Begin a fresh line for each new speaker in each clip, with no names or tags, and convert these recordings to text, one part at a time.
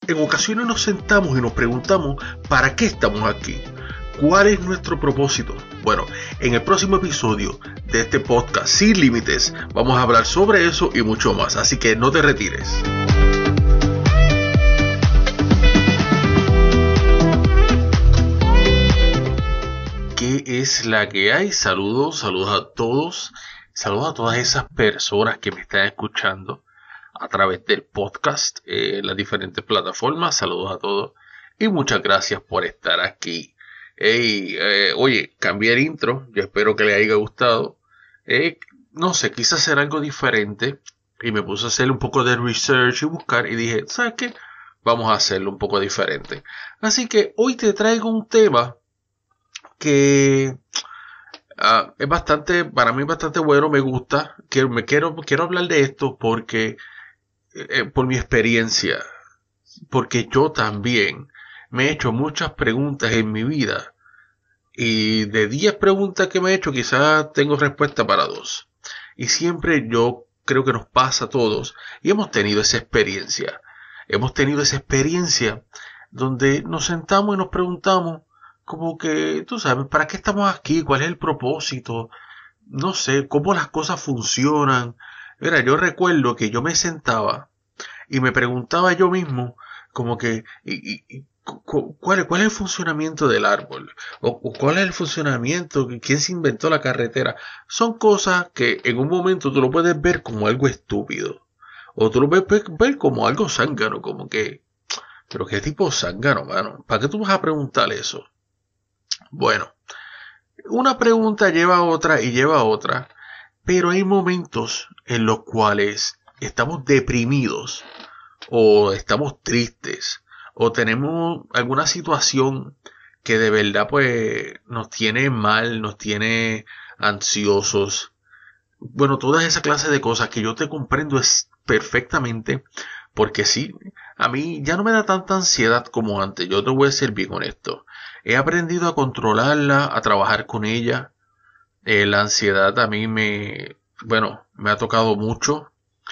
En ocasiones nos sentamos y nos preguntamos ¿para qué estamos aquí? ¿Cuál es nuestro propósito? Bueno, en el próximo episodio de este podcast Sin Límites vamos a hablar sobre eso y mucho más, así que no te retires. ¿Qué es la que hay? Saludos a todos. Saludos a todas esas personas que me están escuchando a través del podcast, las diferentes plataformas. Saludos a todos y muchas gracias por estar aquí. Hey, oye, cambié el intro, yo espero que les haya gustado. No sé, quise hacer algo diferente y me puse a hacer un poco de research y buscar y dije, ¿sabes qué? Vamos a hacerlo un poco diferente. Así que hoy te traigo un tema que es bastante, para mí bastante bueno, me gusta, quiero hablar de esto porque, por mi experiencia, porque yo también me he hecho muchas preguntas en mi vida y de 10 preguntas que me he hecho quizás tengo respuesta para 2 y siempre yo creo que nos pasa a todos y hemos tenido esa experiencia donde nos sentamos y nos preguntamos como que, tú sabes, ¿para qué estamos aquí? ¿Cuál es el propósito? No sé, cómo las cosas funcionan. Mira, yo recuerdo que yo me sentaba y me preguntaba yo mismo como que ¿cuál es el funcionamiento del árbol? O ¿cuál es el funcionamiento? ¿Quién se inventó la carretera? Son cosas que en un momento tú lo puedes ver como algo estúpido. O tú lo puedes ver como algo zángano, como que... Pero ¿qué tipo zángano, mano? ¿Para qué tú vas a preguntar eso? Bueno, una pregunta lleva a otra y lleva a otra, pero hay momentos en los cuales estamos deprimidos o estamos tristes o tenemos alguna situación que de verdad pues nos tiene mal, nos tiene ansiosos. Bueno, toda esa clase de cosas que yo te comprendo es perfectamente porque sí, a mí ya no me da tanta ansiedad como antes, yo te voy a ser bien honesto. He aprendido a controlarla, a trabajar con ella. La ansiedad a mí me ha tocado mucho.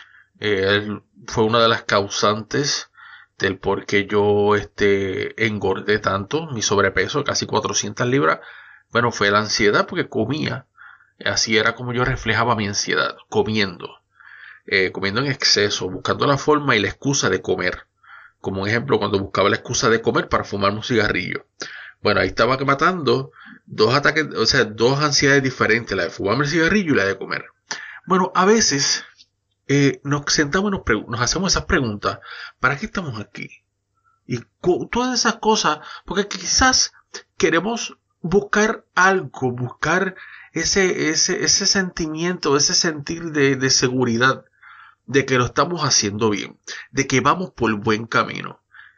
Fue una de las causantes del por qué yo engordé tanto, mi sobrepeso, casi 400 libras. Bueno, fue la ansiedad porque comía. Así era como yo reflejaba mi ansiedad, comiendo. Comiendo en exceso, buscando la forma y la excusa de comer. Como un ejemplo, cuando buscaba la excusa de comer para fumarme un cigarrillo. Bueno, ahí estaba matando dos ataques, o sea, dos ansiedades diferentes, la de fumarme el cigarrillo y la de comer. Bueno, a veces nos sentamos y nos hacemos esas preguntas. ¿Para qué estamos aquí? Y todas esas cosas, porque quizás queremos buscar algo, buscar ese sentimiento, ese sentir de seguridad, de que lo estamos haciendo bien, de que vamos por el buen camino.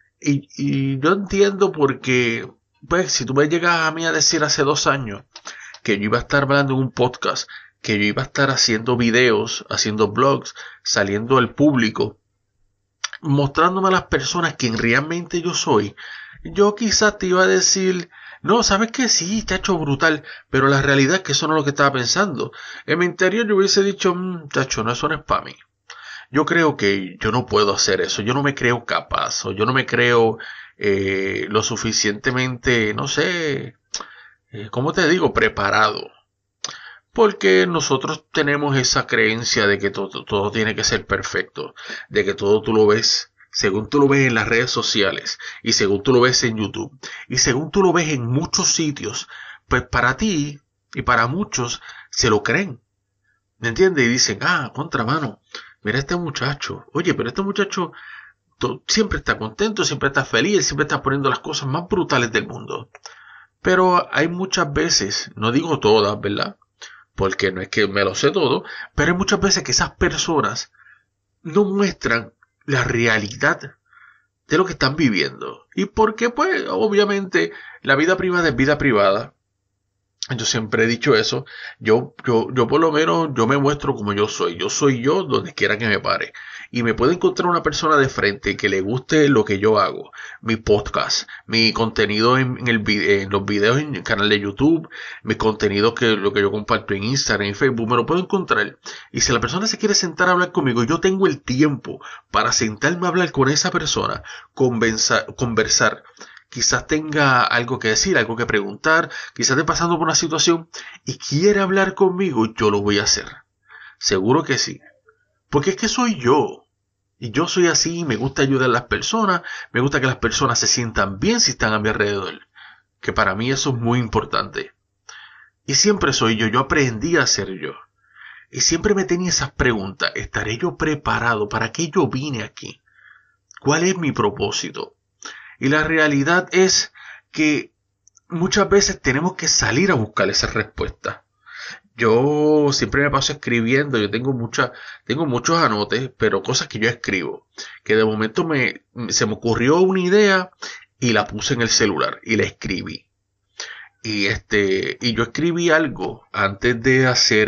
Y yo entiendo porque, pues, si tú me llegas a mí a decir hace 2 años que yo iba a estar hablando en un podcast, que yo iba a estar haciendo videos, haciendo blogs, saliendo al público, mostrándome a las personas quien realmente yo soy, yo quizás te iba a decir, no, ¿sabes qué? Sí, chacho, brutal, pero la realidad es que eso no es lo que estaba pensando. En mi interior yo hubiese dicho, chacho, no, eso no es para mí. Yo creo que yo no puedo hacer eso, yo no me creo capaz, o yo no me creo lo suficientemente, no sé, ¿cómo te digo? Preparado. Porque nosotros tenemos esa creencia de que todo tiene que ser perfecto, de que todo tú lo ves, según tú lo ves en las redes sociales, y según tú lo ves en YouTube, y según tú lo ves en muchos sitios, pues para ti y para muchos se lo creen. ¿Me entiendes? Y dicen, contramano, mira este muchacho. Oye, pero este muchacho siempre está contento, siempre está feliz, siempre está poniendo las cosas más brutales del mundo. Pero hay muchas veces, no digo todas, ¿verdad? Porque no es que me lo sé todo, pero hay muchas veces que esas personas no muestran la realidad de lo que están viviendo. Y porque, pues, obviamente, la vida privada es vida privada. Yo siempre he dicho eso. Yo por lo menos, yo me muestro como yo soy. Yo soy yo donde quiera que me pare. Y me puede encontrar una persona de frente que le guste lo que yo hago. Mi podcast, mi contenido en los videos en el canal de YouTube, mi contenido lo que yo comparto en Instagram y Facebook, me lo puedo encontrar. Y si la persona se quiere sentar a hablar conmigo, yo tengo el tiempo para sentarme a hablar con esa persona, conversar. Quizás tenga algo que decir, algo que preguntar, quizás esté pasando por una situación y quiere hablar conmigo, yo lo voy a hacer. Seguro que sí. Porque es que soy yo. Y yo soy así, me gusta ayudar a las personas, me gusta que las personas se sientan bien si están a mi alrededor. Que para mí eso es muy importante. Y siempre soy yo aprendí a ser yo. Y siempre me tenía esas preguntas, ¿estaré yo preparado? ¿Para qué yo vine aquí? ¿Cuál es mi propósito? Y la realidad es que muchas veces tenemos que salir a buscar esas respuestas. Yo siempre me paso escribiendo, yo tengo muchos anotes, pero cosas que yo escribo, que de momento se me ocurrió una idea y la puse en el celular y la escribí. Y yo escribí algo antes de hacer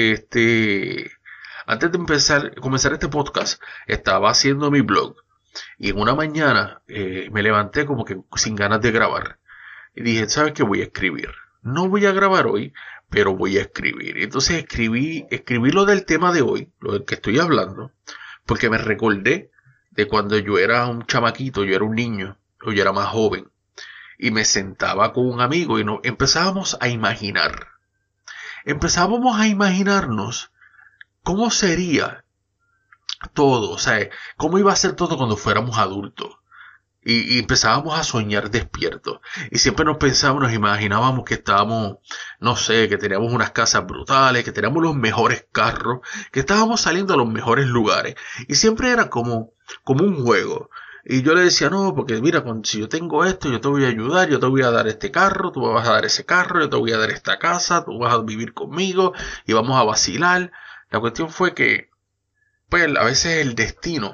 antes de comenzar este podcast, estaba haciendo mi blog y en una mañana me levanté como que sin ganas de grabar. Y dije, ¿sabes qué? Voy a escribir. No voy a grabar hoy, pero voy a escribir. Entonces escribí lo del tema de hoy, lo del que estoy hablando, porque me recordé de cuando yo era un chamaquito, yo era un niño, o yo era más joven, y me sentaba con un amigo y empezábamos a imaginar. Empezábamos a imaginarnos cómo sería todo, o sea, cómo iba a ser todo cuando fuéramos adultos. Y empezábamos a soñar despiertos. Y siempre nos imaginábamos que estábamos, no sé, que teníamos unas casas brutales, que teníamos los mejores carros, que estábamos saliendo a los mejores lugares. Y siempre era como un juego. Y yo le decía, no, porque mira, si yo tengo esto, yo te voy a ayudar, yo te voy a dar este carro, tú me vas a dar ese carro, yo te voy a dar esta casa, tú vas a vivir conmigo y vamos a vacilar. La cuestión fue que, pues, a veces el destino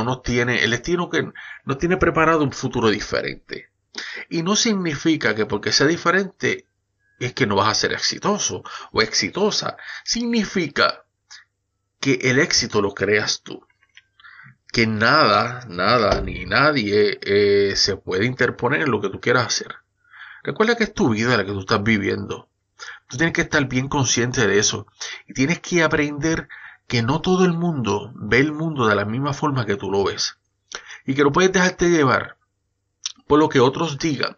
el destino que no tiene preparado un futuro diferente. Y no significa que porque sea diferente es que no vas a ser exitoso o exitosa. Significa que el éxito lo creas tú. Que nada, ni nadie se puede interponer en lo que tú quieras hacer. Recuerda que es tu vida la que tú estás viviendo. Tú tienes que estar bien consciente de eso. Y tienes que aprender que no todo el mundo ve el mundo de la misma forma que tú lo ves. Y que no puedes dejarte llevar por lo que otros digan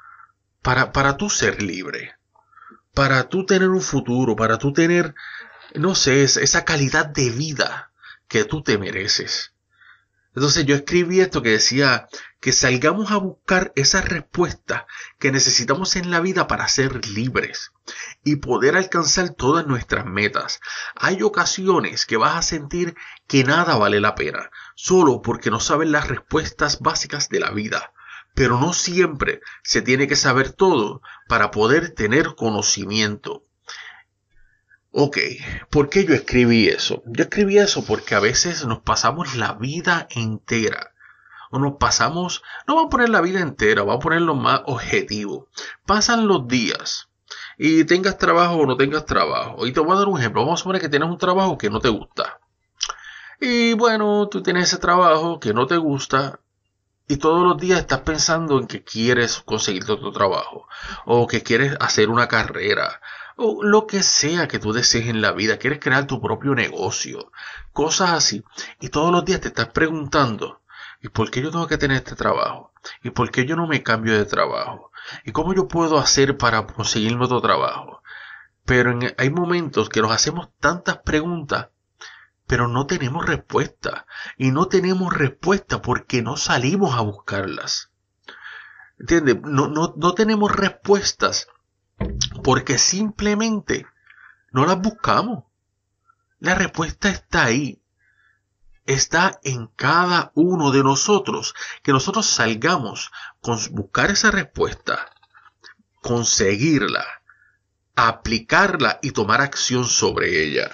para tú ser libre. Para tú tener un futuro, para tú tener, no sé, esa calidad de vida que tú te mereces. Entonces yo escribí esto que decía que salgamos a buscar esas respuestas que necesitamos en la vida para ser libres y poder alcanzar todas nuestras metas. Hay ocasiones que vas a sentir que nada vale la pena, solo porque no sabes las respuestas básicas de la vida. Pero no siempre se tiene que saber todo para poder tener conocimiento. Ok, ¿por qué yo escribí eso? Yo escribí eso porque a veces nos pasamos la vida entera. O nos pasamos, no vamos a poner la vida entera, vamos a ponerlo más objetivo. Pasan los días y tengas trabajo o no tengas trabajo. Y te voy a dar un ejemplo. Vamos a suponer que tienes un trabajo que no te gusta. Y bueno, tú tienes ese trabajo que no te gusta y todos los días estás pensando en que quieres conseguirte otro trabajo o que quieres hacer una carrera o lo que sea que tú desees en la vida, quieres crear tu propio negocio, cosas así. Y todos los días te estás preguntando, ¿y por qué yo tengo que tener este trabajo? ¿Y por qué yo no me cambio de trabajo? ¿Y cómo yo puedo hacer para conseguirme otro trabajo? Pero hay momentos que nos hacemos tantas preguntas, pero no tenemos respuesta. Y no tenemos respuesta porque no salimos a buscarlas. ¿Entiendes? No tenemos respuestas porque simplemente no las buscamos. La respuesta está ahí. Está en cada uno de nosotros. Que nosotros salgamos con buscar esa respuesta, conseguirla, aplicarla y tomar acción sobre ella.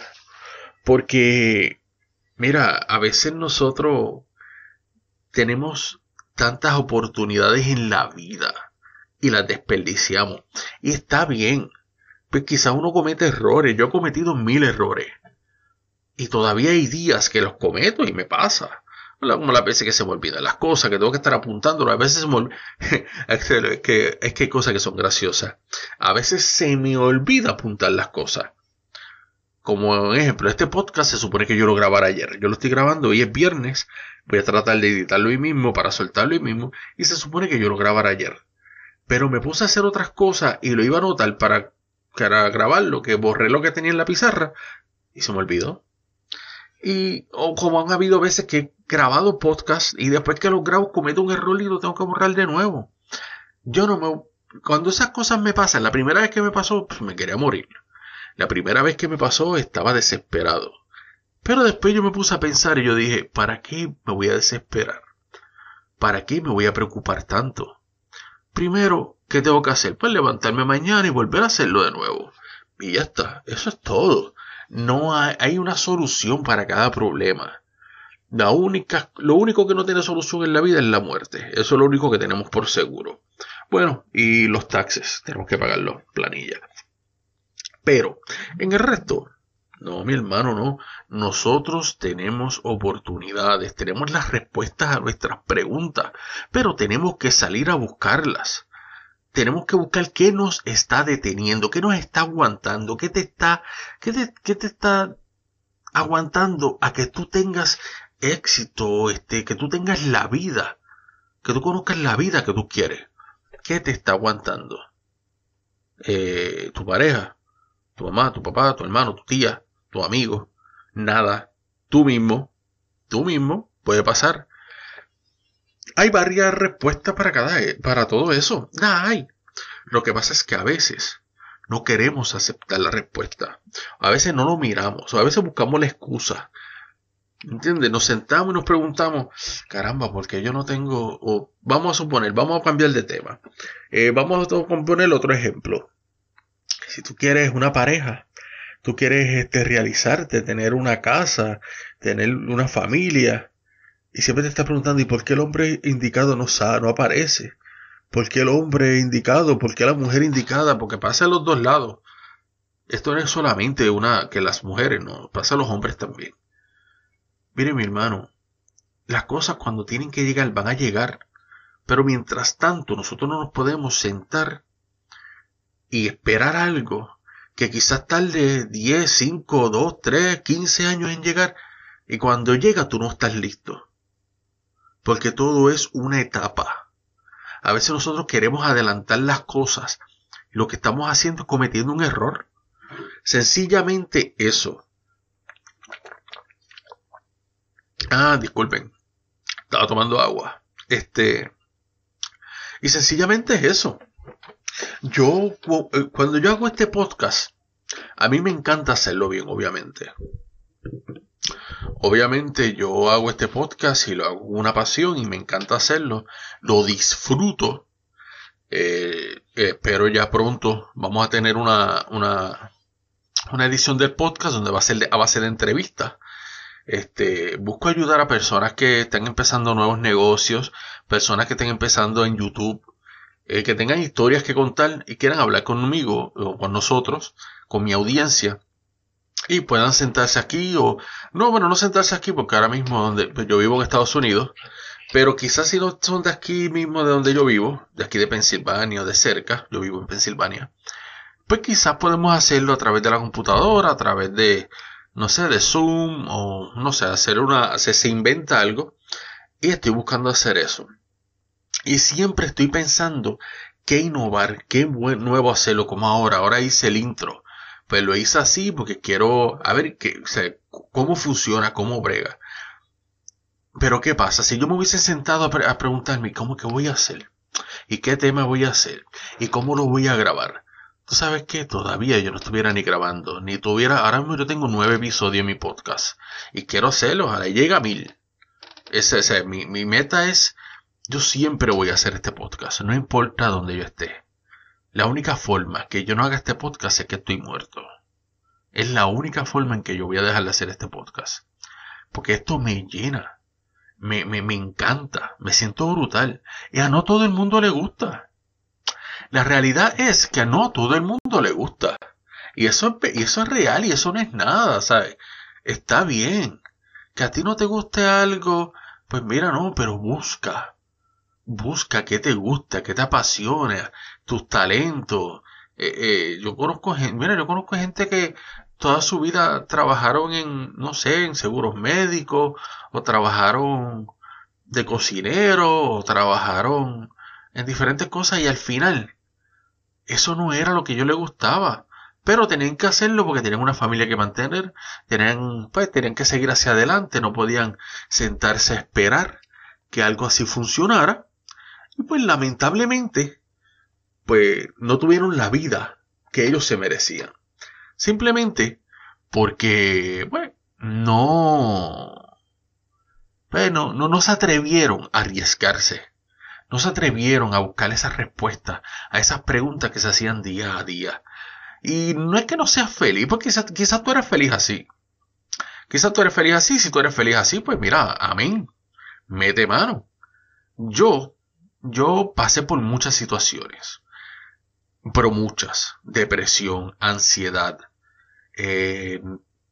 Porque, mira, a veces nosotros tenemos tantas oportunidades en la vida y las desperdiciamos. Y está bien. pues quizás uno comete errores. Yo he cometido 1000 errores. Y todavía hay días que los cometo y me pasa. Como las veces que se me olvidan las cosas, que tengo que estar apuntando. A veces se me olvida. es que hay cosas que son graciosas. A veces se me olvida apuntar las cosas. Como ejemplo, este podcast se supone que yo lo grabara ayer. Yo lo estoy grabando, hoy es viernes. Voy a tratar de editarlo hoy mismo para soltarlo hoy mismo. Y se supone que yo lo grabara ayer. Pero me puse a hacer otras cosas y lo iba a anotar para grabarlo, que borré lo que tenía en la pizarra y se me olvidó. Y como han habido veces que he grabado podcast y después que los grabo cometo un error y lo tengo que borrar de nuevo. Cuando esas cosas me pasan, la primera vez que me pasó, pues me quería morir. La primera vez que me pasó estaba desesperado. Pero después yo me puse a pensar y yo dije, ¿para qué me voy a desesperar? ¿Para qué me voy a preocupar tanto? Primero, ¿qué tengo que hacer? Pues levantarme mañana y volver a hacerlo de nuevo. Y ya está, eso es todo. No hay una solución para cada problema. Lo único que no tiene solución en la vida es la muerte. Eso es lo único que tenemos por seguro. Bueno, y los taxes, tenemos que pagarlos, planilla. Pero, en el resto, no, mi hermano, no. Nosotros tenemos oportunidades, tenemos las respuestas a nuestras preguntas, pero tenemos que salir a buscarlas. Tenemos que buscar qué nos está deteniendo, qué nos está aguantando, qué te está aguantando a que tú tengas éxito, que tú tengas la vida, que tú conozcas la vida que tú quieres. ¿Qué te está aguantando? Tu pareja, tu mamá, tu papá, tu hermano, tu tía, tu amigo, nada, tú mismo, puede pasar. Hay varias respuestas para todo eso. Nada hay. Lo que pasa es que a veces no queremos aceptar la respuesta. A veces no lo miramos. O a veces buscamos la excusa. ¿Entiendes? Nos sentamos y nos preguntamos, caramba, ¿por qué yo no tengo? O vamos a cambiar de tema. Vamos a poner otro ejemplo. Si tú quieres una pareja, tú quieres realizarte, tener una casa, tener una familia, y siempre te estás preguntando, ¿y por qué el hombre indicado no aparece? ¿Por qué el hombre indicado? ¿Por qué la mujer indicada? Porque pasa a los dos lados. Esto no es solamente que las mujeres, no, pasa a los hombres también. Mire, mi hermano, las cosas cuando tienen que llegar van a llegar, pero mientras tanto nosotros no nos podemos sentar y esperar algo que quizás tarde 10, 5, 2, 3, 15 años en llegar, y cuando llega tú no estás listo. Porque todo es una etapa. A veces nosotros queremos adelantar las cosas. Lo que estamos haciendo es cometiendo un error. Sencillamente eso. Disculpen. Estaba tomando agua. Y sencillamente es eso. Cuando yo hago este podcast, a mí me encanta hacerlo bien, obviamente. Obviamente yo hago este podcast y lo hago con una pasión y me encanta hacerlo. Lo disfruto. Pero ya pronto vamos a tener una edición del podcast donde va a ser a base de entrevistas. Busco ayudar a personas que están empezando nuevos negocios, personas que estén empezando en YouTube, que tengan historias que contar y quieran hablar conmigo o con nosotros, con mi audiencia. Y puedan sentarse aquí no sentarse aquí porque ahora mismo yo vivo en Estados Unidos, pero quizás si no son de aquí mismo de donde yo vivo, de aquí de Pensilvania o de cerca, yo vivo en Pensilvania, pues quizás podemos hacerlo a través de la computadora, a través de, no sé, de Zoom o no sé, se inventa algo y estoy buscando hacer eso. Y siempre estoy pensando qué innovar, qué nuevo hacerlo, como ahora hice el intro. Pues lo hice así porque quiero a ver cómo funciona, cómo brega. Pero ¿qué pasa? Si yo me hubiese sentado a preguntarme ¿cómo que voy a hacer? ¿Y qué tema voy a hacer? ¿Y cómo lo voy a grabar? ¿Tú sabes qué? Todavía yo no estuviera ni grabando, ahora mismo yo tengo 9 episodios en mi podcast. Y quiero hacerlo, ojalá llegue a 1000. Mi meta es, yo siempre voy a hacer este podcast, no importa donde yo esté. La única forma que yo no haga este podcast es que estoy muerto. Es la única forma en que yo voy a dejar de hacer este podcast. Porque esto me llena. Me encanta. Me siento brutal. Y a no todo el mundo le gusta. La realidad es que a no todo el mundo le gusta. Y eso es real y eso no es nada, ¿sabes? Está bien. Que a ti no te guste algo, pues mira, no, pero busca qué te gusta, qué te apasiona, tus talentos. Yo conozco gente que toda su vida trabajaron en, no sé, en seguros médicos, o trabajaron de cocinero, o trabajaron en diferentes cosas y al final eso no era lo que yo le gustaba. Pero tenían que hacerlo porque tenían una familia que mantener, tenían que seguir hacia adelante, no podían sentarse a esperar que algo así funcionara. Y pues lamentablemente, pues no tuvieron la vida que ellos se merecían. Simplemente porque, bueno, no se atrevieron a arriesgarse. No se atrevieron a buscar esas respuestas a esas preguntas que se hacían día a día. Y no es que no seas feliz, porque quizás tú eres feliz así. Quizás tú eres feliz así. Si tú eres feliz así, pues mira, amén. Mete mano. Yo, yo pasé por muchas situaciones, pero muchas. Depresión, ansiedad. Eh,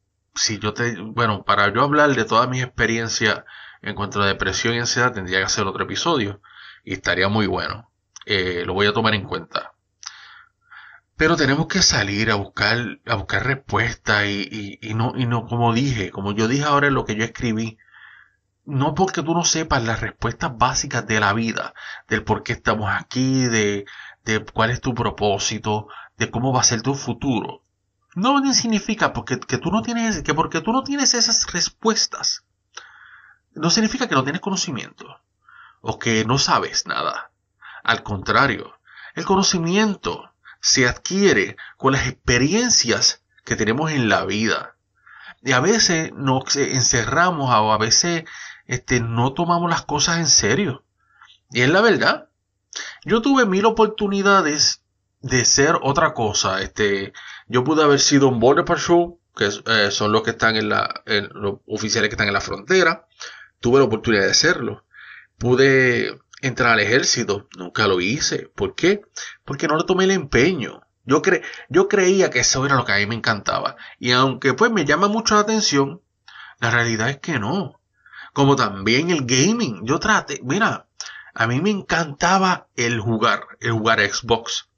bueno, para yo hablar de todas mis experiencias en cuanto a depresión y ansiedad, tendría que hacer otro episodio. Y estaría muy bueno. Lo voy a tomar en cuenta. Pero tenemos que salir a buscar respuestas y no, como yo dije ahora en lo que yo escribí, no porque tú no sepas las respuestas básicas de la vida, del por qué estamos aquí, de cuál es tu propósito, de cómo va a ser tu futuro. No significa que tú no tienes, que porque tú no tienes esas respuestas, no significa que no tienes conocimiento o que no sabes nada. Al contrario, el conocimiento se adquiere con las experiencias que tenemos en la vida. Y a veces nos encerramos o a veces no tomamos las cosas en serio. Y es la verdad. Yo tuve 1000 oportunidades de ser otra cosa. Yo pude haber sido un border patrol, que son los que están los oficiales que están en la frontera. Tuve la oportunidad de serlo. Pude entrar al ejército, nunca lo hice. ¿Por qué? Porque no le tomé el empeño. Yo creía que eso era lo que a mí me encantaba. Y aunque pues me llama mucho la atención, la realidad es que no. Como también el gaming. Mira, a mí me encantaba el jugar Xbox.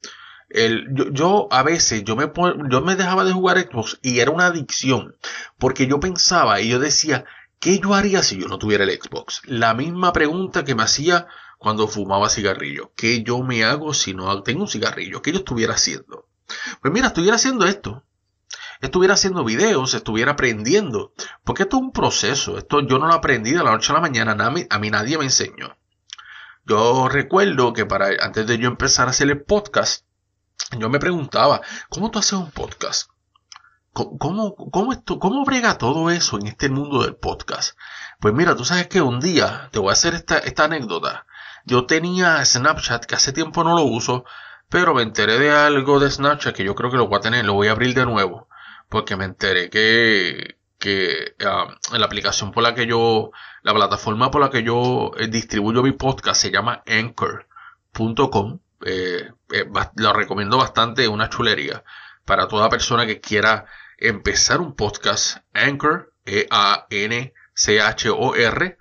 Yo a veces yo me dejaba de jugar Xbox y era una adicción. Porque yo pensaba y yo decía, ¿qué yo haría si yo no tuviera el Xbox? La misma pregunta que me hacía cuando fumaba cigarrillo. ¿Qué yo me hago si no tengo un cigarrillo? ¿Qué yo estuviera haciendo? Pues mira, estuviera haciendo esto. Estuviera haciendo videos, estuviera aprendiendo. Porque esto es un proceso. Esto yo no lo aprendí de la noche a la mañana. A mí nadie me enseñó. Yo recuerdo que antes de yo empezar a hacer el podcast, yo me preguntaba, ¿cómo tú haces un podcast? ¿Cómo brega todo eso en este mundo del podcast? Pues mira, tú sabes que un día, te voy a hacer esta anécdota. Yo tenía Snapchat, que hace tiempo no lo uso, pero me enteré de algo de Snapchat que yo creo que lo voy a tener, lo voy a abrir de nuevo. Porque me enteré que la aplicación la plataforma por la que yo distribuyo mi podcast se llama Anchor.com. Lo recomiendo bastante, es una chulería para toda persona que quiera empezar un podcast. Anchor, Anchor,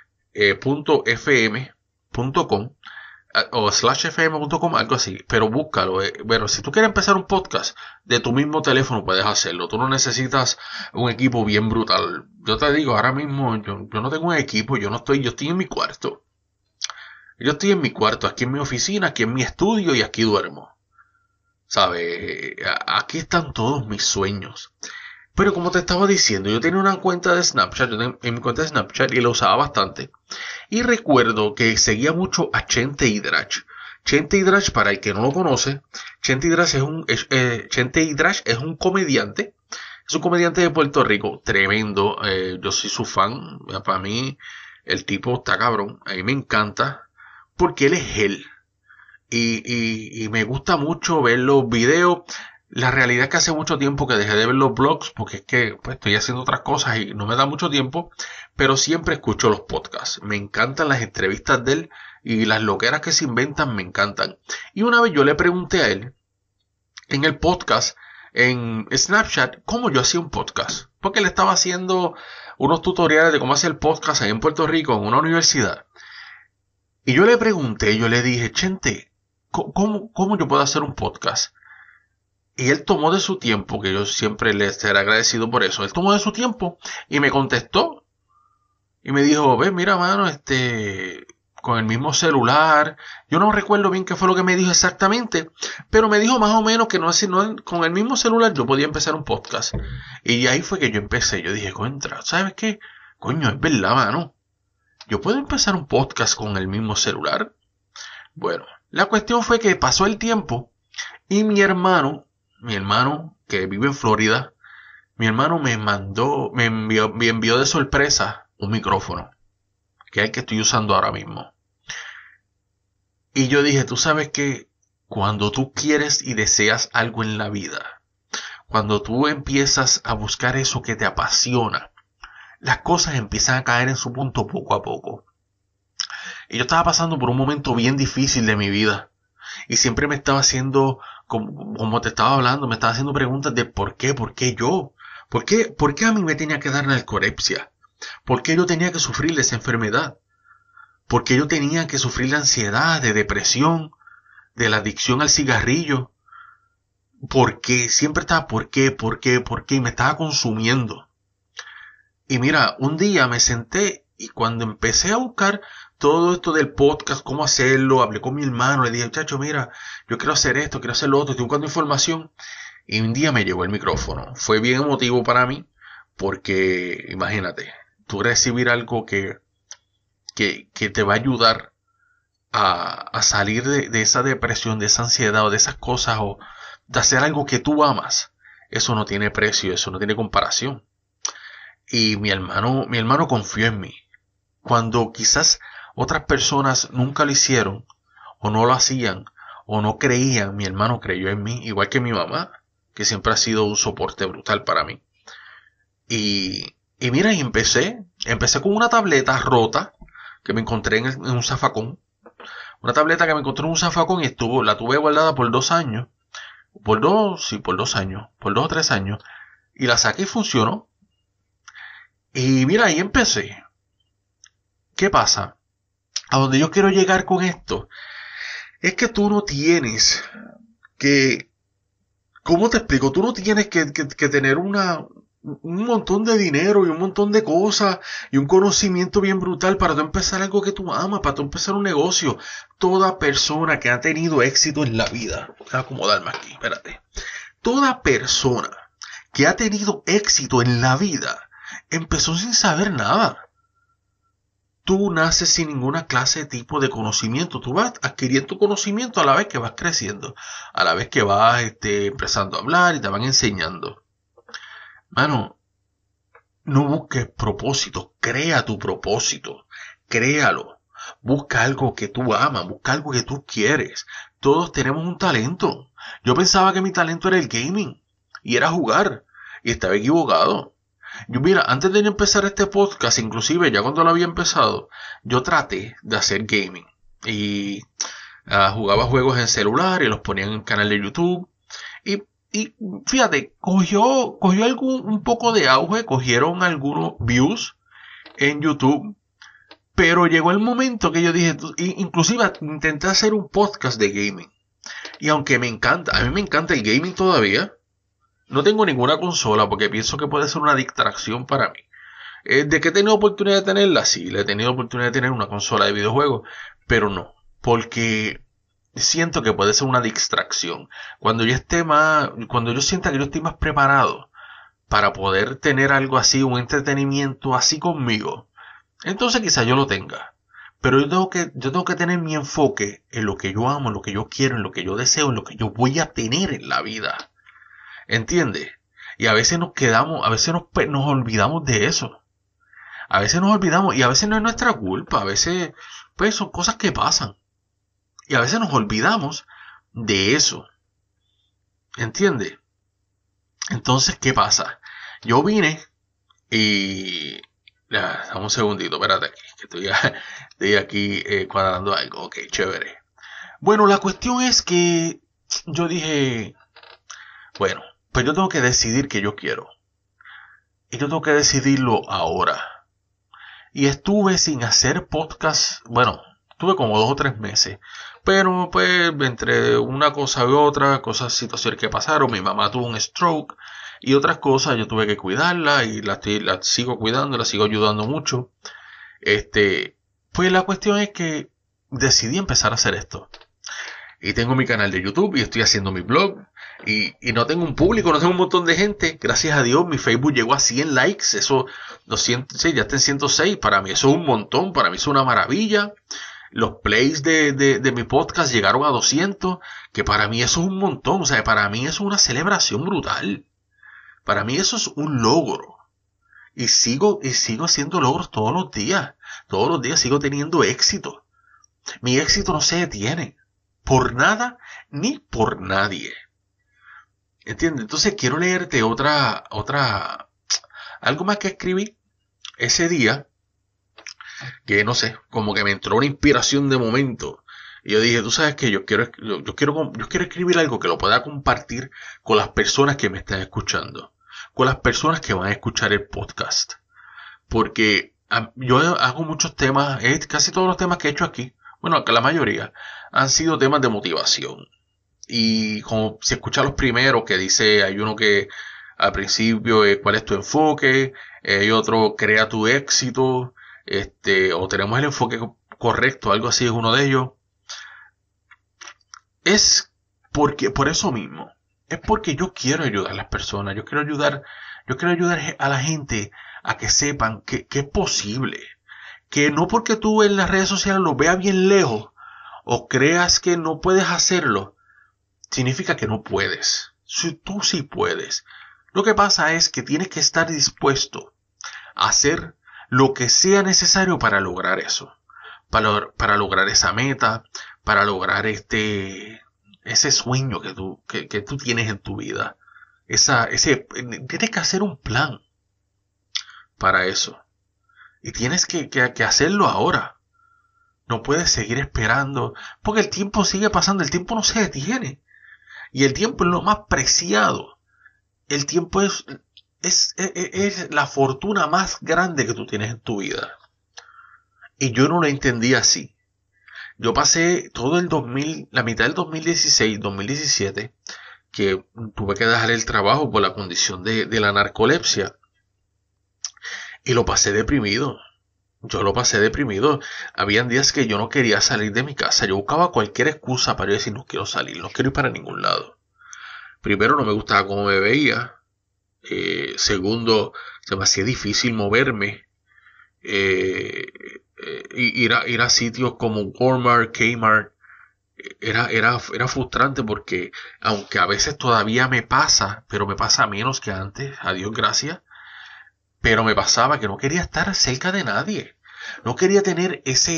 .fm.com o /fm.com, algo así, pero búscalo. Bueno, si tú quieres empezar un podcast de tu mismo teléfono, puedes hacerlo. Tú no necesitas un equipo bien brutal. Yo te digo, ahora mismo yo no tengo un equipo, yo estoy en mi cuarto. Yo estoy en mi cuarto, aquí en mi oficina, aquí en mi estudio y aquí duermo. ¿Sabes? Aquí están todos mis sueños. Pero como te estaba diciendo, yo tenía una cuenta de Snapchat, en mi cuenta de Snapchat y la usaba bastante. Y recuerdo que seguía mucho a Chente Hidrach. Chente Hidrach, para el que no lo conoce, Chente Hidrach es un comediante. Es un comediante de Puerto Rico, tremendo. Yo soy su fan. Para mí, el tipo está cabrón. A mí me encanta. Porque él es él. Y me gusta mucho ver los videos. La realidad es que hace mucho tiempo que dejé de ver los blogs porque es que pues, estoy haciendo otras cosas y no me da mucho tiempo, pero siempre escucho los podcasts. Me encantan las entrevistas de él y las loqueras que se inventan me encantan. Y una vez yo le pregunté a él en el podcast en Snapchat cómo yo hacía un podcast. Porque le estaba haciendo unos tutoriales de cómo hacer el podcast ahí en Puerto Rico, en una universidad. Y yo le pregunté, yo le dije, Chente, ¿cómo yo puedo hacer un podcast? Y él tomó de su tiempo, que yo siempre le estaré agradecido por eso. Él tomó de su tiempo y me contestó. Y me dijo, ve, mira, mano, con el mismo celular. Yo no recuerdo bien qué fue lo que me dijo exactamente, pero me dijo más o menos que con el mismo celular yo podía empezar un podcast. Y ahí fue que yo empecé. Yo dije, contra, ¿sabes qué? Coño, es verdad, mano. Yo puedo empezar un podcast con el mismo celular. Bueno, la cuestión fue que pasó el tiempo y mi hermano que vive en Florida, mi hermano me envió de sorpresa un micrófono, que es el que estoy usando ahora mismo. Y yo dije, tú sabes que cuando tú quieres y deseas algo en la vida, cuando tú empiezas a buscar eso que te apasiona, las cosas empiezan a caer en su punto poco a poco. Y yo estaba pasando por un momento bien difícil de mi vida. Y siempre me estaba haciendo, como te estaba hablando, me estaba haciendo preguntas de por qué yo. ¿Por qué a mí me tenía que dar narcolepsia? ¿Por qué yo tenía que sufrir de esa enfermedad? ¿Por qué yo tenía que sufrir de ansiedad, de depresión, de la adicción al cigarrillo? ¿Por qué? Siempre estaba ¿por qué? Y me estaba consumiendo. Y mira, un día me senté y cuando empecé a buscar todo esto del podcast, cómo hacerlo, hablé con mi hermano, le dije, chacho, mira, yo quiero hacer esto, quiero hacer lo otro, estoy buscando información. Y un día me llegó el micrófono. Fue bien emotivo para mí, porque imagínate, tú recibir algo que te va a ayudar a salir de esa depresión, de esa ansiedad o de esas cosas, o de hacer algo que tú amas. Eso no tiene precio, eso no tiene comparación. Y mi hermano confió en mí. Cuando quizás otras personas nunca lo hicieron, o no lo hacían, o no creían, mi hermano creyó en mí, igual que mi mamá, que siempre ha sido un soporte brutal para mí. Y mira, y empecé con una tableta rota, que me encontré en un zafacón. Una tableta que me encontré en un zafacón y la tuve guardada por 2 años. Por 2 años, por 2 o 3 años. Y la saqué y funcionó. Y mira, ahí empecé. ¿Qué pasa? A donde yo quiero llegar con esto es que tú no tienes que... ¿Cómo te explico? Tú no tienes que tener un montón de dinero y un montón de cosas y un conocimiento bien brutal para tú empezar algo que tú amas, para tú empezar un negocio. Toda persona que ha tenido éxito en la vida... Voy a acomodarme aquí, espérate. Toda persona que ha tenido éxito en la vida empezó sin saber nada. Tú naces sin ninguna clase de tipo de conocimiento. Tú vas adquiriendo conocimiento a la vez que vas creciendo. A la vez que vas empezando a hablar y te van enseñando. Mano, no busques propósitos. Crea tu propósito. Créalo. Busca algo que tú amas. Busca algo que tú quieres. Todos tenemos un talento. Yo pensaba que mi talento era el gaming. Y era jugar. Y estaba equivocado. Yo mira, antes de empezar este podcast, inclusive ya cuando lo había empezado, yo traté de hacer gaming. Y jugaba juegos en celular y los ponía en el canal de YouTube. Y fíjate, cogió un poco de auge, cogieron algunos views en YouTube. Pero llegó el momento que yo dije, inclusive intenté hacer un podcast de gaming. Y aunque a mí me encanta el gaming todavía. No tengo ninguna consola porque pienso que puede ser una distracción para mí. ¿De que he tenido oportunidad de tenerla? Sí, le he tenido oportunidad de tener una consola de videojuegos, pero no, porque siento que puede ser una distracción. Cuando yo sienta que yo estoy más preparado para poder tener algo así, un entretenimiento así conmigo, entonces quizás yo lo tenga. Pero yo tengo que tener mi enfoque en lo que yo amo, en lo que yo quiero, en lo que yo deseo, en lo que yo voy a tener en la vida. ¿Entiendes? Y a veces nos olvidamos de eso. A veces nos olvidamos y a veces no es nuestra culpa. A veces, pues son cosas que pasan. Y a veces nos olvidamos de eso. ¿Entiendes? Entonces, ¿qué pasa? Yo vine y... Dame un segundito, espérate aquí, que estoy aquí cuadrando algo. Ok, chévere. Bueno, la cuestión es que yo dije... Bueno, pues yo tengo que decidir qué yo quiero. Y yo tengo que decidirlo ahora. Y estuve sin hacer podcast, bueno, tuve como 2 o 3 meses. Pero pues entre una cosa y otra, cosas, situaciones que pasaron, mi mamá tuvo un stroke y otras cosas, yo tuve que cuidarla y la sigo cuidando, la sigo ayudando mucho. Pues la cuestión es que decidí empezar a hacer esto. Y tengo mi canal de YouTube y estoy haciendo mi blog. Y no tengo un público, no tengo un montón de gente. Gracias a Dios mi Facebook llegó a 100 likes. Eso, 200, sí, ya está en 106. Para mí eso es un montón, para mí es una maravilla. Los plays de mi podcast llegaron a 200, que para mí eso es un montón. O sea, para mí eso es una celebración brutal. Para mí eso es un logro. Y sigo haciendo logros todos los días. Todos los días sigo teniendo éxito. Mi éxito no se detiene. Por nada ni por nadie. ¿Entiendes? Entonces quiero leerte algo más que escribí ese día, que no sé, como que me entró una inspiración de momento. Y yo dije, tú sabes que yo quiero escribir algo que lo pueda compartir con las personas que me están escuchando, con las personas que van a escuchar el podcast. Porque yo hago muchos temas, casi todos los temas que he hecho aquí, bueno, que la mayoría, han sido temas de motivación. Y como si escuchas los primeros que dice, hay uno que al principio, ¿cuál es tu enfoque? Hay otro, crea tu éxito. O tenemos el enfoque correcto, algo así es uno de ellos. Es por eso mismo. Es porque yo quiero ayudar a las personas. Yo quiero ayudar a la gente a que sepan que es posible. Que no porque tú en las redes sociales lo veas bien lejos o creas que no puedes hacerlo, significa que no puedes. Si tú sí puedes. Lo que pasa es que tienes que estar dispuesto a hacer lo que sea necesario para lograr eso. Para lograr esa meta, para lograr ese sueño que tú tienes en tu vida. Tienes que hacer un plan para eso. Y tienes que hacerlo ahora. No puedes seguir esperando, porque el tiempo sigue pasando, el tiempo no se detiene. Y el tiempo es lo más preciado. El tiempo es la fortuna más grande que tú tienes en tu vida. Y yo no lo entendí así. Yo pasé todo la mitad del 2016, 2017, que tuve que dejar el trabajo por la condición de la narcolepsia. Y lo pasé deprimido. Yo lo pasé deprimido. Habían días que yo no quería salir de mi casa. Yo buscaba cualquier excusa para decir no quiero salir, no quiero ir para ningún lado. Primero, no me gustaba cómo me veía. Segundo, se me hacía difícil moverme. Ir a sitios como Walmart, Kmart, era frustrante porque, aunque a veces todavía me pasa, pero me pasa menos que antes, a Dios gracias. Pero me pasaba que no quería estar cerca de nadie. No quería tener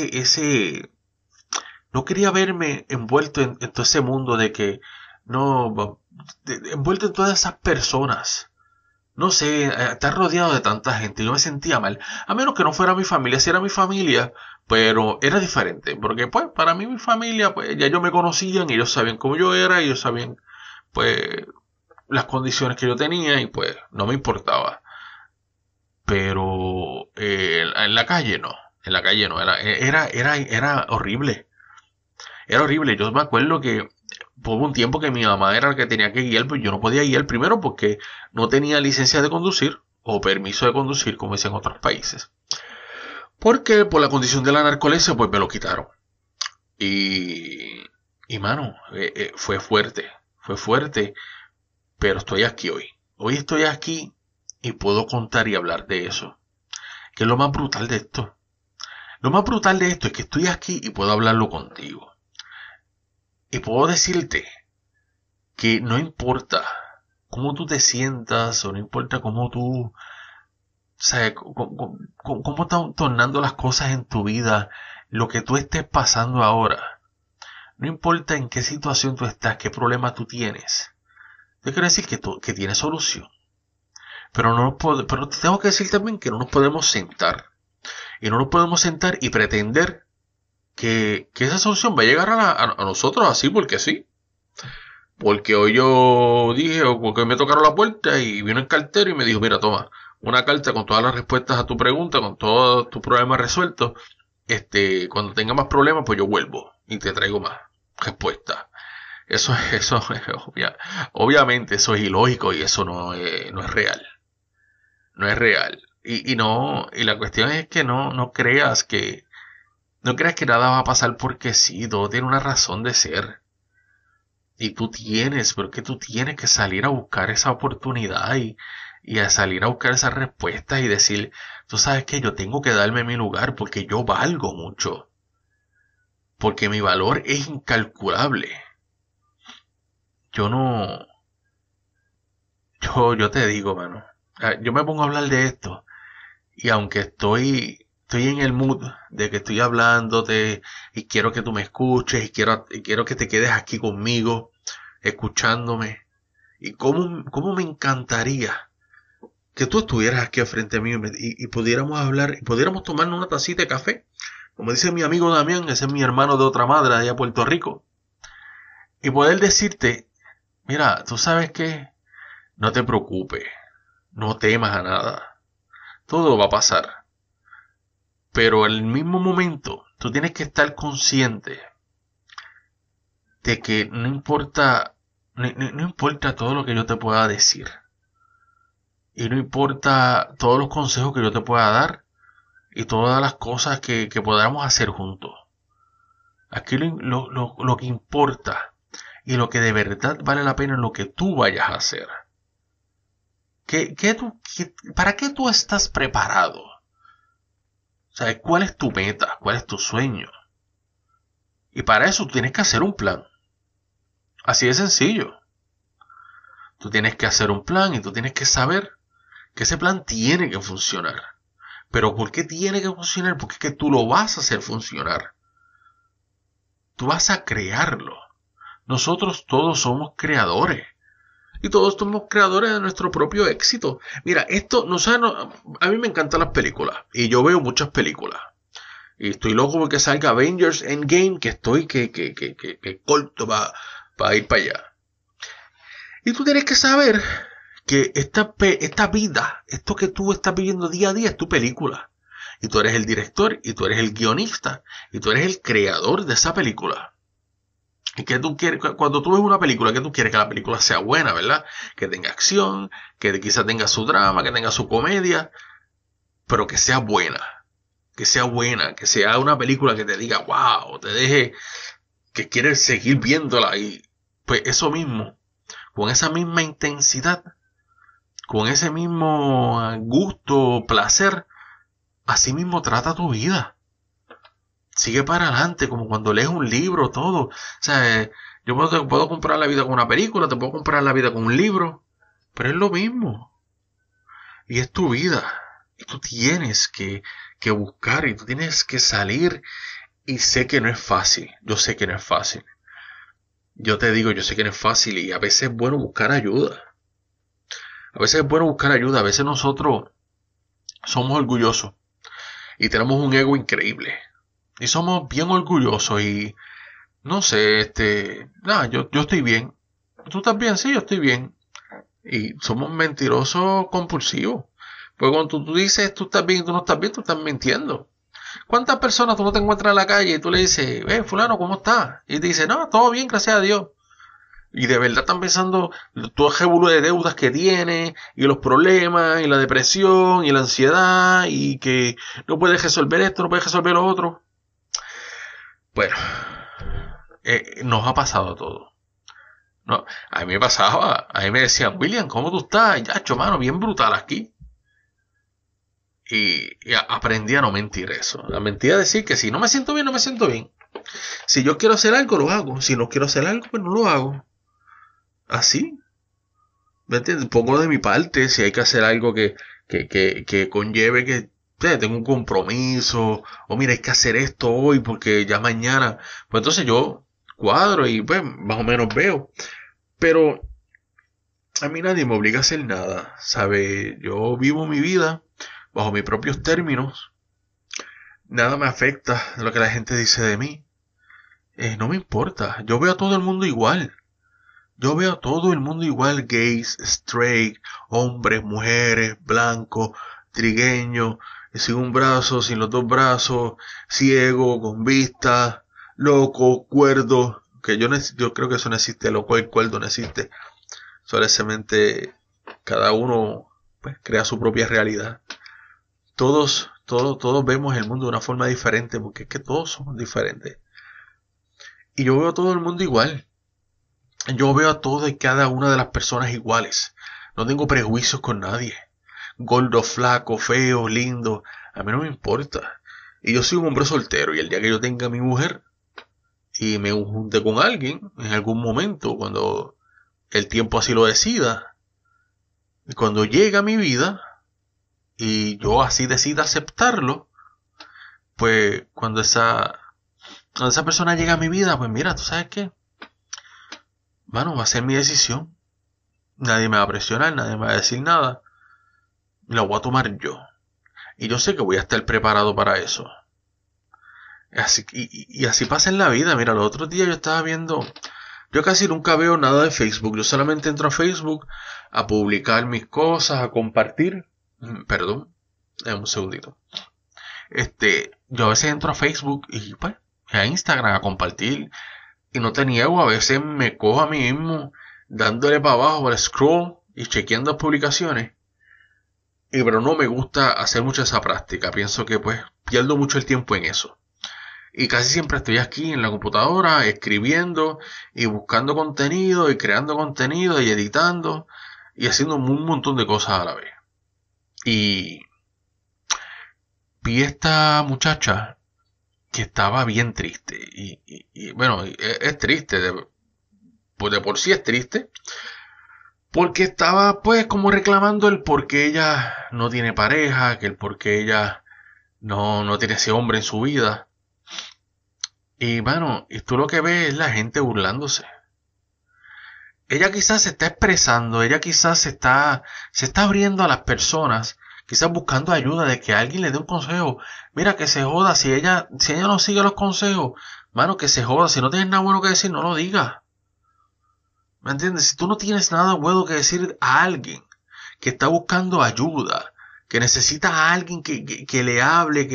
no quería verme envuelto en todo ese mundo de que, envuelto en todas esas personas. No sé, estar rodeado de tanta gente. Yo me sentía mal. A menos que no fuera mi familia. Si era mi familia, pero era diferente. Porque, pues, para mí mi familia, pues, ya ellos me conocían. Ellos sabían cómo yo era. Ellos sabían, pues, las condiciones que yo tenía. Y, pues, no me importaba. Pero en la calle no. En la calle no. Era horrible. Era horrible. Yo me acuerdo que hubo un tiempo que mi mamá era la que tenía que guiar, pues yo no podía guiar primero porque no tenía licencia de conducir o permiso de conducir, como dicen en otros países. Porque por la condición de la narcolepsia, pues me lo quitaron. Y mano, fue fuerte, pero estoy aquí hoy. Hoy estoy aquí y puedo contar y hablar de eso. Que es lo más brutal de esto. Lo más brutal de esto es que estoy aquí y puedo hablarlo contigo. Y puedo decirte que no importa cómo tú te sientas o no importa cómo tú, sabes, cómo están tornando las cosas en tu vida, lo que tú estés pasando ahora. No importa en qué situación tú estás, qué problema tú tienes. Yo quiero decir que tienes solución. Pero te tengo que decir también que no nos podemos sentar. Y no nos podemos sentar y pretender que esa solución va a llegar a nosotros así porque sí. Porque hoy yo dije, o porque me tocaron la puerta y vino el cartero y me dijo, mira, toma, una carta con todas las respuestas a tu pregunta, con todos tus problemas resueltos. Cuando tenga más problemas, pues yo vuelvo y te traigo más respuestas. Eso es obviamente eso es ilógico y eso no es real. No es real. Y la cuestión es que no creas que nada va a pasar porque sí, todo tiene una razón de ser. Y porque tú tienes que salir a buscar esa oportunidad y a salir a buscar esas respuestas y decir, tú sabes que yo tengo que darme mi lugar porque yo valgo mucho. Porque mi valor es incalculable. Yo no, yo te digo, mano. Yo me pongo a hablar de esto y aunque estoy en el mood de que estoy hablándote y quiero que tú me escuches y quiero que te quedes aquí conmigo, escuchándome. Y cómo me encantaría que tú estuvieras aquí al frente mío y pudiéramos hablar, y pudiéramos tomarnos una tacita de café. Como dice mi amigo Damián, ese es mi hermano de otra madre allá en Puerto Rico. Y poder decirte, mira, tú sabes que no te preocupes, no temas a nada, todo va a pasar. Pero al mismo momento, tú tienes que estar consciente de que no importa todo lo que yo te pueda decir. Y no importa todos los consejos que yo te pueda dar y todas las cosas que podamos hacer juntos. Aquí lo que importa y lo que de verdad vale la pena es lo que tú vayas a hacer. ¿Para qué tú estás preparado? ¿Sabes cuál es tu meta? ¿Cuál es tu sueño? Y para eso tú tienes que hacer un plan. Así de sencillo. Tú tienes que hacer un plan y tú tienes que saber que ese plan tiene que funcionar. Pero ¿por qué tiene que funcionar? Porque es que tú lo vas a hacer funcionar. Tú vas a crearlo. Nosotros todos somos creadores. Y todos somos creadores de nuestro propio éxito. Mira, a mí me encantan las películas. Y yo veo muchas películas. Y estoy loco porque salga Avengers Endgame, que estoy que corto para ir para allá. Y tú tienes que saber que esta vida, esto que tú estás viviendo día a día es tu película. Y tú eres el director, y tú eres el guionista, y tú eres el creador de esa película. Y que tú quieres, cuando tú ves una película, que tú quieres que la película sea buena, ¿verdad? Que tenga acción, que quizás tenga su drama, que tenga su comedia, pero que sea buena. Que sea buena, que sea una película que te diga, wow, te deje, que quieres seguir viéndola. Y pues eso mismo, con esa misma intensidad, con ese mismo gusto, placer, así mismo trata tu vida. Sigue para adelante, como cuando lees un libro, todo. O sea, yo te puedo comprar la vida con una película, te puedo comprar la vida con un libro, pero es lo mismo. Y es tu vida. Y tú tienes que buscar y tú tienes que salir. Y sé que no es fácil. Yo sé que no es fácil. Yo te digo, yo sé que no es fácil y a veces es bueno buscar ayuda. A veces es bueno buscar ayuda. A veces nosotros somos orgullosos y tenemos un ego increíble. Y somos bien orgullosos y no sé, yo estoy bien. ¿Tú estás bien? Sí, yo estoy bien. Y somos mentirosos compulsivos. Pues cuando tú dices tú estás bien y tú no estás bien, tú estás mintiendo. ¿Cuántas personas tú no te encuentras en la calle y tú le dices, fulano, ¿cómo estás? Y te dice, no, todo bien, gracias a Dios. Y de verdad están pensando todo el revolú de deudas que tiene, y los problemas, y la depresión, y la ansiedad, y que no puedes resolver esto, no puedes resolver lo otro. Bueno, nos ha pasado todo. No, a mí me pasaba, a mí me decían, William, ¿cómo tú estás? Ya, mano, bien brutal aquí. Y aprendí a no mentir eso. A mentir a decir que si no me siento bien, no me siento bien. Si yo quiero hacer algo, lo hago. Si no quiero hacer algo, pues no lo hago. Así. ¿Me entiendes? Pongo de mi parte si hay que hacer algo que conlleve que tengo un compromiso. O mira, hay que hacer esto hoy porque ya mañana. Pues entonces yo cuadro y pues más o menos veo. Pero a mí nadie me obliga a hacer nada. ¿Sabe? Yo vivo mi vida bajo mis propios términos. Nada me afecta de lo que la gente dice de mí. No me importa. Yo veo a todo el mundo igual. Yo veo a todo el mundo igual, gays, straight, hombres, mujeres, blancos, trigueños, sin un brazo, sin los dos brazos, ciego, con vista, loco, cuerdo, que yo creo que eso no existe, loco y cuerdo no existe. Solamente cada uno pues, crea su propia realidad. Todos vemos el mundo de una forma diferente, porque es que todos somos diferentes. Y yo veo a todo el mundo igual. Yo veo a toda y cada una de las personas iguales. No tengo prejuicios con nadie. Gordo, flaco, feo, lindo. A mí no me importa. Y yo soy un hombre soltero. Y el día que yo tenga a mi mujer y me junte con alguien, en algún momento, cuando el tiempo así lo decida, y cuando llegue a mi vida, y yo así decida aceptarlo, pues cuando esa persona llega a mi vida, pues mira, ¿tú sabes qué? Bueno, va a ser mi decisión. Nadie me va a presionar, nadie me va a decir nada. La voy a tomar yo. Y yo sé que voy a estar preparado para eso. Y así pasa en la vida. Mira, los otros días yo estaba viendo... Yo casi nunca veo nada de Facebook. Yo solamente entro a Facebook a publicar mis cosas, a compartir. Perdón, un segundito. Yo a veces entro a Facebook y pues a Instagram a compartir. Y no te niego, a veces me cojo a mí mismo dándole para abajo al scroll y chequeando las publicaciones. Pero no me gusta hacer mucho esa práctica. Pienso que pues pierdo mucho el tiempo en eso. Y casi siempre estoy aquí en la computadora escribiendo y buscando contenido y creando contenido y editando y haciendo un montón de cosas a la vez. Y vi esta muchacha que estaba bien triste. Y bueno, es triste. Pues de por sí es triste. Porque estaba pues como reclamando el por qué ella no tiene pareja, que el por qué ella no tiene ese hombre en su vida. Y bueno, y tú lo que ves es la gente burlándose. Ella quizás se está expresando, ella quizás se está abriendo a las personas, quizás buscando ayuda de que alguien le dé un consejo. Mira, que se joda, si ella no sigue los consejos, mano, que se joda, si no tienes nada bueno que decir, no lo digas. ¿Me entiendes? Si tú no tienes nada bueno que decir a alguien que está buscando ayuda, que necesita a alguien que le hable,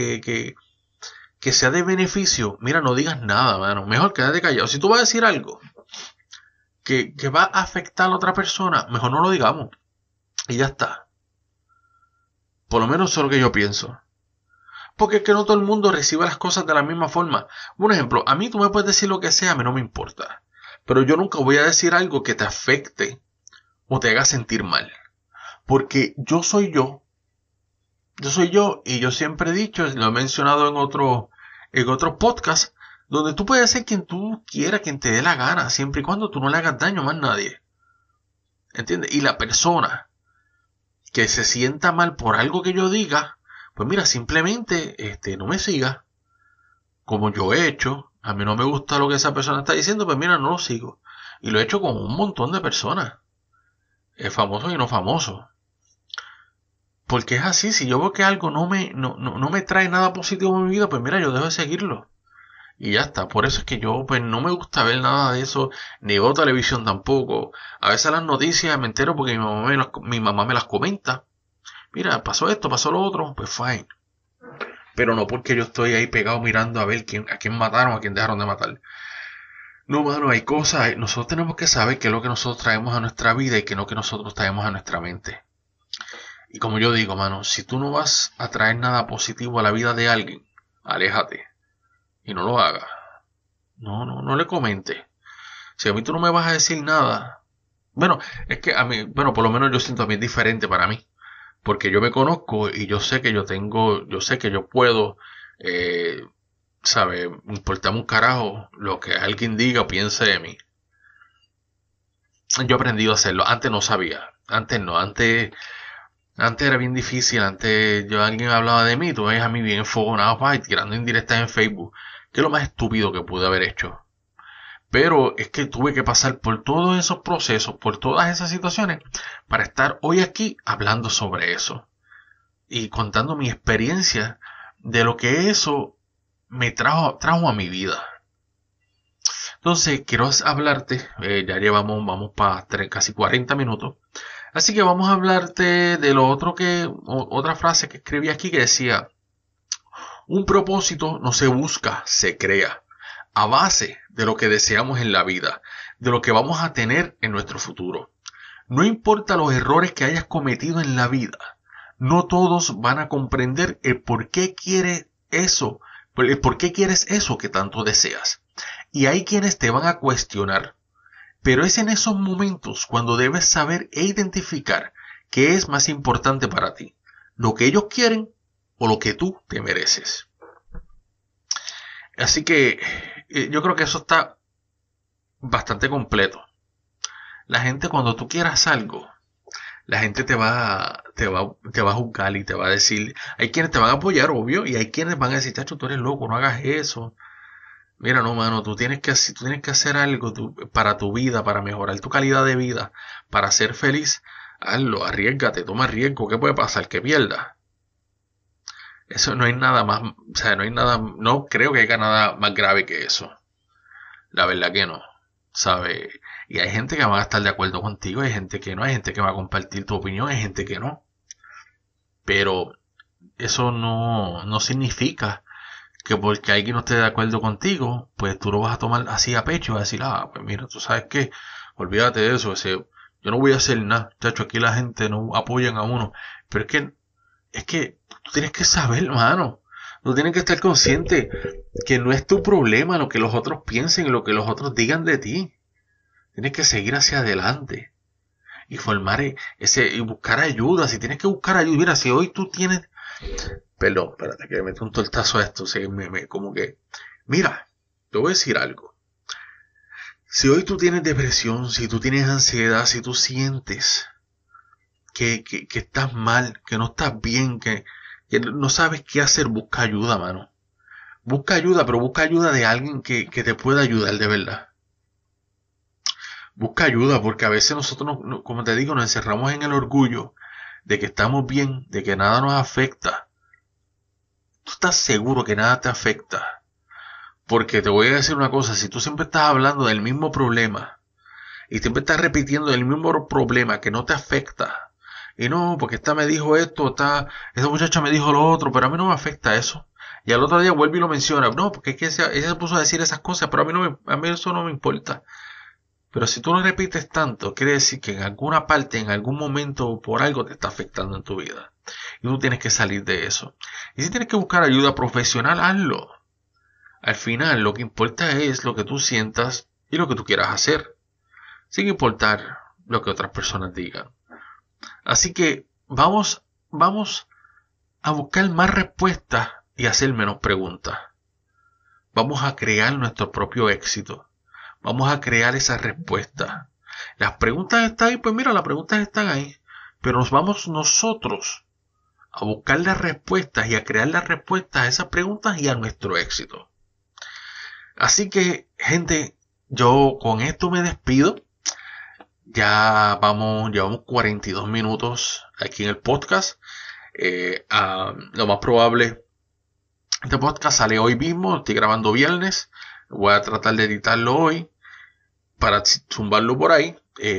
que sea de beneficio, mira, no digas nada, mano. Mejor quédate callado. Si tú vas a decir algo que va a afectar a la otra persona, mejor no lo digamos. Y ya está. Por lo menos eso es lo que yo pienso. Porque es que no todo el mundo recibe las cosas de la misma forma. Un ejemplo, a mí tú me puedes decir lo que sea, a mí no me importa. Pero yo nunca voy a decir algo que te afecte o te haga sentir mal. Porque yo soy yo. Yo soy yo y yo siempre he dicho, lo he mencionado en otros podcasts, donde tú puedes ser quien tú quieras, quien te dé la gana, siempre y cuando tú no le hagas daño a más nadie. ¿Entiendes? Y la persona que se sienta mal por algo que yo diga, pues mira, simplemente no me siga. Como yo he hecho, a mí no me gusta lo que esa persona está diciendo, pues mira, no lo sigo. Y lo he hecho con un montón de personas, famosos y no famosos. Porque es así, si yo veo que algo no me trae nada positivo en mi vida, pues mira, yo dejo de seguirlo. Y ya está, por eso es que yo pues no me gusta ver nada de eso, ni veo televisión tampoco. A veces las noticias me entero porque mi mamá me las comenta. Mira, pasó esto, pasó lo otro, pues fine. Pero no porque yo estoy ahí pegado mirando a ver a quién mataron, a quién dejaron de matar. No, mano, hay cosas, nosotros tenemos que saber qué es lo que nosotros traemos a nuestra vida y qué es lo que nosotros traemos a nuestra mente. Y como yo digo, mano, si tú no vas a traer nada positivo a la vida de alguien, aléjate. Y no lo hagas. No le comentes. Si a mí tú no me vas a decir nada. Bueno, es que a mí, bueno, por lo menos yo siento a mí es diferente para mí. Porque yo me conozco y yo sé que yo sé que yo puedo, ¿sabes? Importarme un carajo lo que alguien diga o piense de mí. Yo he aprendido a hacerlo. Antes no sabía. Antes era bien difícil. Antes alguien hablaba de mí, tú ves a mí bien enfogonado, tirando indirectas en Facebook. Que es lo más estúpido que pude haber hecho. Pero es que tuve que pasar por todos esos procesos, por todas esas situaciones, para estar hoy aquí hablando sobre eso. Y contando mi experiencia de lo que eso me trajo a mi vida. Entonces, quiero hablarte, ya vamos para casi 40 minutos. Así que vamos a hablarte de lo otro otra frase que escribí aquí que decía, un propósito no se busca, se crea, a base de lo que deseamos en la vida, de lo que vamos a tener en nuestro futuro. No importa los errores que hayas cometido en la vida, no todos van a comprender el por qué quieres eso, el por qué quieres eso que tanto deseas. Y hay quienes te van a cuestionar, pero es en esos momentos cuando debes saber e identificar qué es más importante para ti, lo que ellos quieren o lo que tú te mereces. Así que yo creo que eso está bastante completo. La gente, cuando tú quieras algo, la gente te va a juzgar y te va a decir, hay quienes te van a apoyar, obvio, y hay quienes van a decir, chacho, tú eres loco, no hagas eso. Mira, no, mano, tú tienes que hacer algo para tu vida, para mejorar tu calidad de vida, para ser feliz. Hazlo, arriésgate, toma riesgo. ¿Qué puede pasar? Que pierdas. Eso no hay nada más, o sea, no creo que haya nada más grave que eso. La verdad que no, ¿sabes? Y hay gente que va a estar de acuerdo contigo, hay gente que no, hay gente que va a compartir tu opinión, hay gente que no. Pero eso no significa que porque alguien no esté de acuerdo contigo, pues tú lo vas a tomar así a pecho y vas a decir, pues mira, tú sabes qué, olvídate de eso, yo no voy a hacer nada, chacho, aquí la gente no apoyan a uno. Pero es que tú tienes que saber, hermano, tú tienes que estar consciente que no es tu problema lo que los otros piensen y lo que los otros digan de ti. Tienes que seguir hacia adelante y formar y buscar ayuda. Si tienes que buscar ayuda, mira, si hoy tú tienes, perdón, espérate que me meto un tortazo a esto, como que, mira, te voy a decir algo. Si hoy tú tienes depresión, si tú tienes ansiedad, si tú sientes que estás mal, que no estás bien, que no sabes qué hacer, busca ayuda, mano. Busca ayuda, pero busca ayuda de alguien que te pueda ayudar de verdad. Busca ayuda, porque a veces nosotros, como te digo, nos encerramos en el orgullo de que estamos bien, de que nada nos afecta. Tú estás seguro que nada te afecta. Porque te voy a decir una cosa, si tú siempre estás hablando del mismo problema y siempre estás repitiendo el mismo problema que no te afecta, y no, porque esta me dijo esto, esa muchacha me dijo lo otro, pero a mí no me afecta eso. Y al otro día vuelve y lo menciona, no, porque es que ella se puso a decir esas cosas, pero a mí eso no me importa. Pero si tú lo repites tanto, quiere decir que en alguna parte, en algún momento, por algo te está afectando en tu vida. Y tú tienes que salir de eso. Y si tienes que buscar ayuda profesional, hazlo. Al final, lo que importa es lo que tú sientas y lo que tú quieras hacer, sin importar lo que otras personas digan. Así que vamos a buscar más respuestas y hacer menos preguntas. Vamos a crear nuestro propio éxito. Vamos a crear esas respuestas. Las preguntas están ahí, pues mira, las preguntas están ahí. Pero nos vamos nosotros a buscar las respuestas y a crear las respuestas a esas preguntas y a nuestro éxito. Así que, gente, yo con esto me despido. Llevamos 42 minutos aquí en el podcast. Lo más probable, este podcast sale hoy mismo, estoy grabando viernes. Voy a tratar de editarlo hoy para zumbarlo por ahí.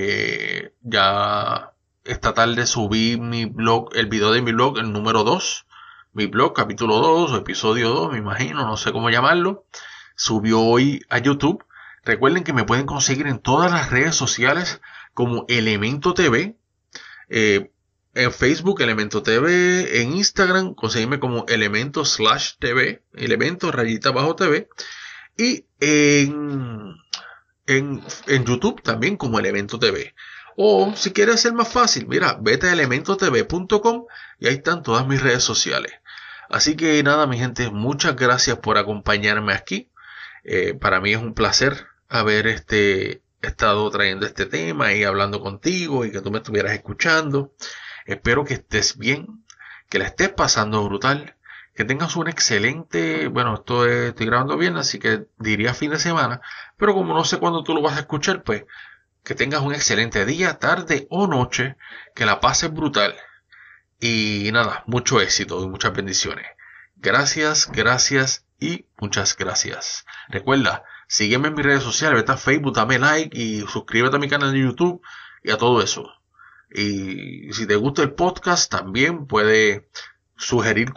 Ya esta tarde subí el video de mi blog, el número 2. Mi blog, capítulo 2 o episodio 2, me imagino, no sé cómo llamarlo. Subió hoy a YouTube. Recuerden que me pueden conseguir en todas las redes sociales como Elemento TV. En Facebook, Elemento TV. En Instagram, conseguirme como Elemento/TV. Elemento, rayita bajo TV. Y en YouTube también como Elemento TV. O si quieres ser más fácil, mira, vete a elementotv.com y ahí están todas mis redes sociales. Así que nada, mi gente, muchas gracias por acompañarme aquí. Para mí es un placer haber estado trayendo este tema y hablando contigo y que tú me estuvieras escuchando. Espero que estés bien, que la estés pasando brutal, que tengas un excelente, bueno, estoy grabando bien, así que diría fin de semana, pero como no sé cuándo tú lo vas a escuchar, pues que tengas un excelente día, tarde o noche, que la pases brutal y nada, mucho éxito y muchas bendiciones. Gracias y muchas gracias. Recuerda, Sígueme en mis redes sociales, vete a Facebook, dame like y suscríbete a mi canal de YouTube y a todo eso. Y si te gusta el podcast, también puedes sugerir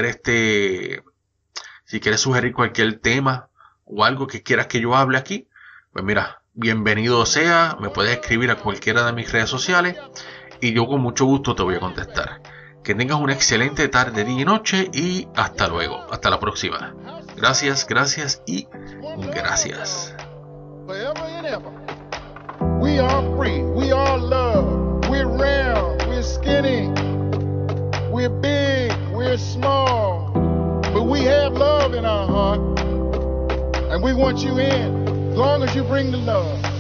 si quieres sugerir cualquier tema o algo que quieras que yo hable aquí, pues mira, bienvenido sea, me puedes escribir a cualquiera de mis redes sociales y yo con mucho gusto te voy a contestar. Que tengas una excelente tarde, día y noche y hasta luego, hasta la próxima. Gracias, gracias y gracias.
Forever and ever. We are free. We are love. We're round. We're skinny. We're big. We're small. But we have love in our heart. And we want you in as long as you bring the love.